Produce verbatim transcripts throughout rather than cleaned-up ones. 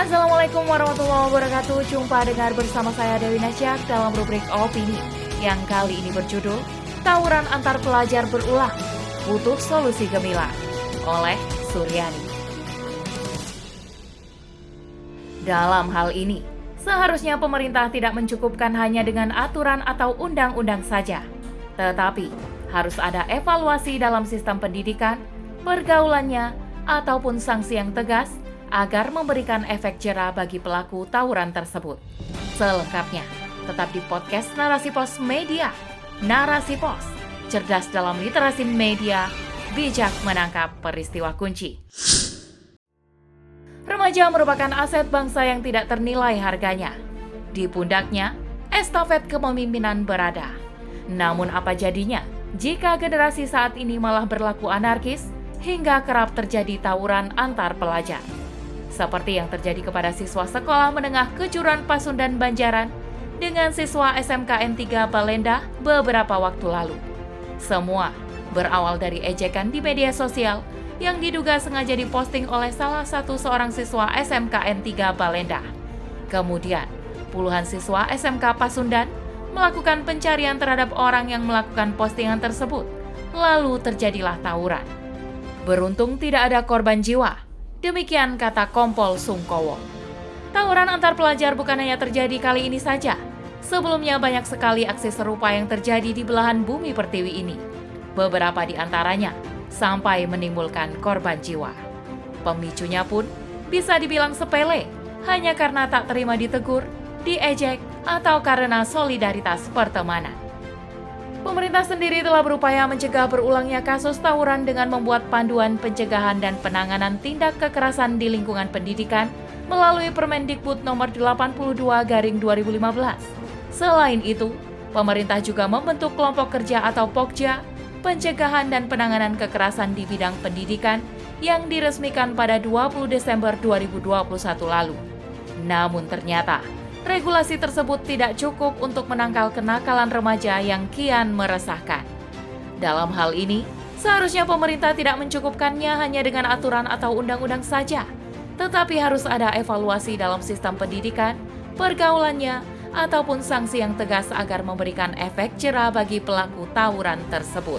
Assalamualaikum warahmatullahi wabarakatuh. Jumpa dengar bersama saya Dewi Nasyak dalam rubrik Opini yang kali ini berjudul Tawuran Antar Pelajar Berulang, Butuh Solusi Gemilang oleh Suryani. Dalam hal ini, seharusnya pemerintah tidak mencukupkan hanya dengan aturan atau undang-undang saja, tetapi harus ada evaluasi dalam sistem pendidikan, pergaulannya, ataupun sanksi yang tegas agar memberikan efek jera bagi pelaku tawuran tersebut. Selengkapnya, tetap di podcast Narasi Pos Media. Narasi Pos, cerdas dalam literasi media, bijak menangkap peristiwa kunci. Remaja merupakan aset bangsa yang tidak ternilai harganya. Di pundaknya, estafet kepemimpinan berada. Namun apa jadinya jika generasi saat ini malah berlaku anarkis hingga kerap terjadi tawuran antar pelajar? Seperti yang terjadi kepada siswa sekolah menengah kejuruan Pasundan Banjaran dengan siswa S M K N tiga Balenda beberapa waktu lalu. Semua berawal dari ejekan di media sosial yang diduga sengaja diposting oleh salah satu seorang siswa S M K N tiga Balenda. Kemudian, puluhan siswa S M K Pasundan melakukan pencarian terhadap orang yang melakukan postingan tersebut. Lalu terjadilah tawuran. Beruntung tidak ada korban jiwa. Demikian kata Kompol Sungkowo. Tawuran antar pelajar bukan hanya terjadi kali ini saja. Sebelumnya banyak sekali aksi serupa yang terjadi di belahan bumi pertiwi ini. Beberapa di antaranya sampai menimbulkan korban jiwa. Pemicunya pun bisa dibilang sepele, hanya karena tak terima ditegur, diejek, atau karena solidaritas pertemanan. Pemerintah sendiri telah berupaya mencegah berulangnya kasus tawuran dengan membuat panduan pencegahan dan penanganan tindak kekerasan di lingkungan pendidikan melalui Permendikbud nomor delapan puluh dua garing dua ribu lima belas. Selain itu, pemerintah juga membentuk kelompok kerja atau Pokja, pencegahan dan penanganan kekerasan di bidang pendidikan yang diresmikan pada dua puluh Desember dua ribu dua puluh satu lalu. Namun ternyata, regulasi tersebut tidak cukup untuk menangkal kenakalan remaja yang kian meresahkan. Dalam hal ini, seharusnya pemerintah tidak mencukupkannya hanya dengan aturan atau undang-undang saja, tetapi harus ada evaluasi dalam sistem pendidikan, pergaulannya, ataupun sanksi yang tegas agar memberikan efek jera bagi pelaku tawuran tersebut.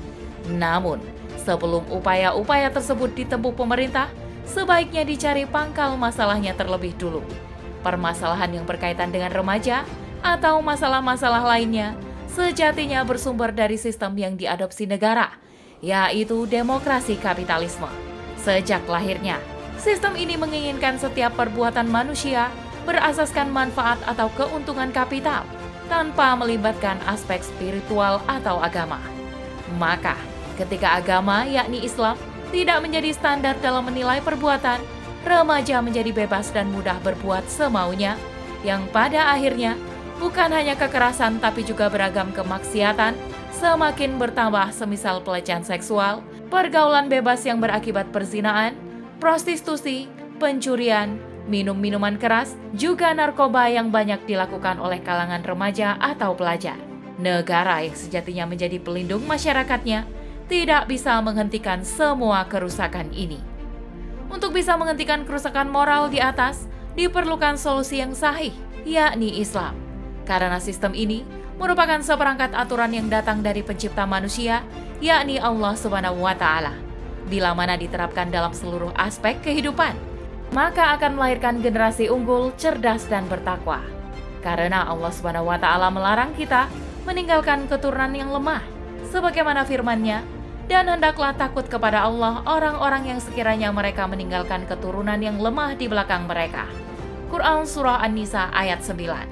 Namun, sebelum upaya-upaya tersebut ditempuh pemerintah, sebaiknya dicari pangkal masalahnya terlebih dulu. Permasalahan yang berkaitan dengan remaja atau masalah-masalah lainnya sejatinya bersumber dari sistem yang diadopsi negara, yaitu demokrasi kapitalisme. Sejak lahirnya, sistem ini menginginkan setiap perbuatan manusia berasaskan manfaat atau keuntungan kapital tanpa melibatkan aspek spiritual atau agama. Maka, ketika agama yakni Islam tidak menjadi standar dalam menilai perbuatan, remaja menjadi bebas dan mudah berbuat semaunya, yang pada akhirnya bukan hanya kekerasan tapi juga beragam kemaksiatan semakin bertambah, semisal pelecehan seksual, pergaulan bebas yang berakibat perzinaan, prostitusi, pencurian, minum minuman keras, juga narkoba yang banyak dilakukan oleh kalangan remaja atau pelajar. Negara yang sejatinya menjadi pelindung masyarakatnya tidak bisa menghentikan semua kerusakan ini. Untuk bisa menghentikan kerusakan moral di atas, diperlukan solusi yang sahih, yakni Islam. Karena sistem ini merupakan seperangkat aturan yang datang dari pencipta manusia, yakni Allah Subhanahu wa Ta'ala. Bila mana diterapkan dalam seluruh aspek kehidupan, maka akan melahirkan generasi unggul, cerdas, dan bertakwa. Karena Allah Subhanahu wa Ta'ala melarang kita meninggalkan keturunan yang lemah, sebagaimana firman-Nya, dan hendaklah takut kepada Allah orang-orang yang sekiranya mereka meninggalkan keturunan yang lemah di belakang mereka. Quran Surah An-Nisa ayat sembilan.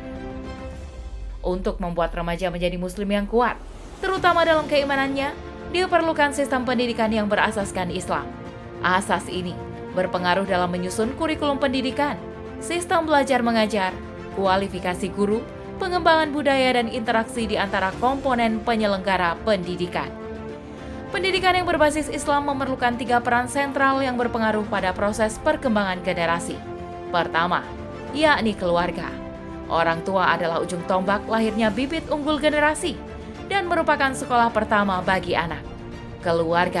Untuk membuat remaja menjadi muslim yang kuat, terutama dalam keimanannya, diperlukan sistem pendidikan yang berasaskan Islam. Asas ini berpengaruh dalam menyusun kurikulum pendidikan, sistem belajar mengajar, kualifikasi guru, pengembangan budaya dan interaksi di antara komponen penyelenggara pendidikan. Pendidikan yang berbasis Islam memerlukan tiga peran sentral yang berpengaruh pada proses perkembangan generasi. Pertama, yakni keluarga. Orang tua adalah ujung tombak lahirnya bibit unggul generasi dan merupakan sekolah pertama bagi anak. Keluarga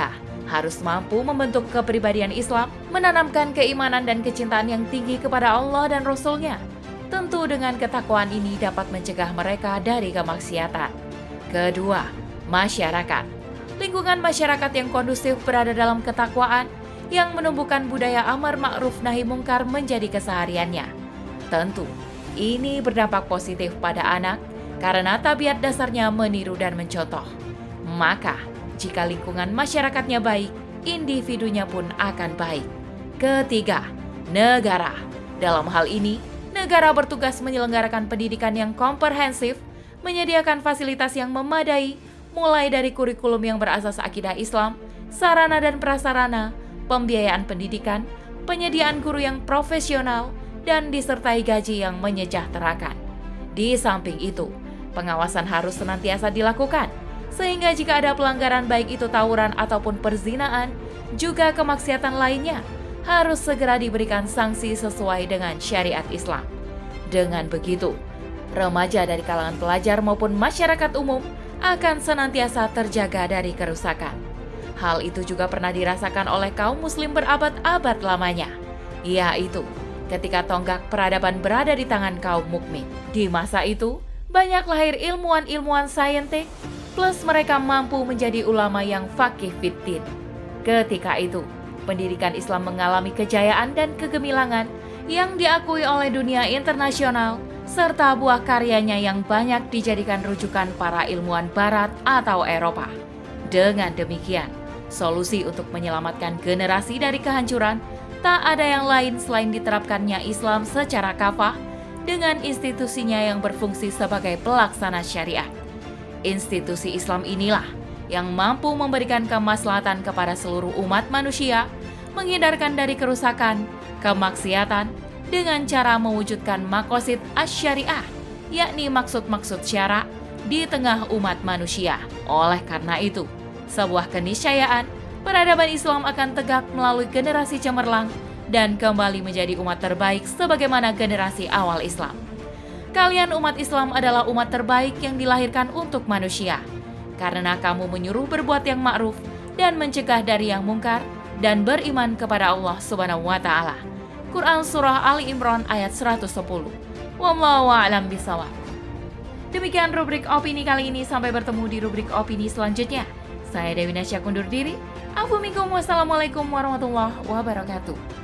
harus mampu membentuk kepribadian Islam, menanamkan keimanan dan kecintaan yang tinggi kepada Allah dan Rasul-Nya. Tentu dengan ketakwaan ini dapat mencegah mereka dari kemaksiatan. Kedua, masyarakat. Lingkungan masyarakat yang kondusif berada dalam ketakwaan yang menumbuhkan budaya amar ma'ruf nahi mungkar menjadi kesehariannya. Tentu, ini berdampak positif pada anak karena tabiat dasarnya meniru dan mencontoh. Maka, jika lingkungan masyarakatnya baik, individunya pun akan baik. Ketiga, negara. Dalam hal ini, negara bertugas menyelenggarakan pendidikan yang komprehensif, menyediakan fasilitas yang memadai, mulai dari kurikulum yang berasas akidah Islam, sarana dan prasarana, pembiayaan pendidikan, penyediaan guru yang profesional, dan disertai gaji yang menyejahterakan. Di samping itu, pengawasan harus senantiasa dilakukan, sehingga jika ada pelanggaran baik itu tawuran ataupun perzinaan, juga kemaksiatan lainnya, harus segera diberikan sanksi sesuai dengan syariat Islam. Dengan begitu, remaja dari kalangan pelajar maupun masyarakat umum akan senantiasa terjaga dari kerusakan. Hal itu juga pernah dirasakan oleh kaum muslim berabad-abad lamanya, yaitu ketika tonggak peradaban berada di tangan kaum mukmin. Di masa itu, banyak lahir ilmuwan-ilmuwan saintik, plus mereka mampu menjadi ulama yang faqih fiddin. Ketika itu, pendidikan Islam mengalami kejayaan dan kegemilangan yang diakui oleh dunia internasional, serta buah karyanya yang banyak dijadikan rujukan para ilmuwan barat atau Eropa. Dengan demikian, solusi untuk menyelamatkan generasi dari kehancuran tak ada yang lain selain diterapkannya Islam secara kafah dengan institusinya yang berfungsi sebagai pelaksana syariat. Institusi Islam inilah yang mampu memberikan kemaslahatan kepada seluruh umat manusia, menghindarkan dari kerusakan, kemaksiatan, dengan cara mewujudkan maqasid asy-syariah, yakni maksud-maksud syara di tengah umat manusia. Oleh karena itu, sebuah keniscayaan peradaban Islam akan tegak melalui generasi cemerlang dan kembali menjadi umat terbaik sebagaimana generasi awal Islam. Kalian umat Islam adalah umat terbaik yang dilahirkan untuk manusia, karena kamu menyuruh berbuat yang ma'ruf dan mencegah dari yang mungkar dan beriman kepada Allah Subhanahu wa Ta'ala. Quran Surah Ali Imran ayat seratus sepuluh. Wallahu a'lam bishawab. Demikian rubrik opini kali ini, sampai bertemu di rubrik opini selanjutnya. Saya Dewi Nasya undur diri. Afu minkum, wassalamualaikum warahmatullahi wabarakatuh.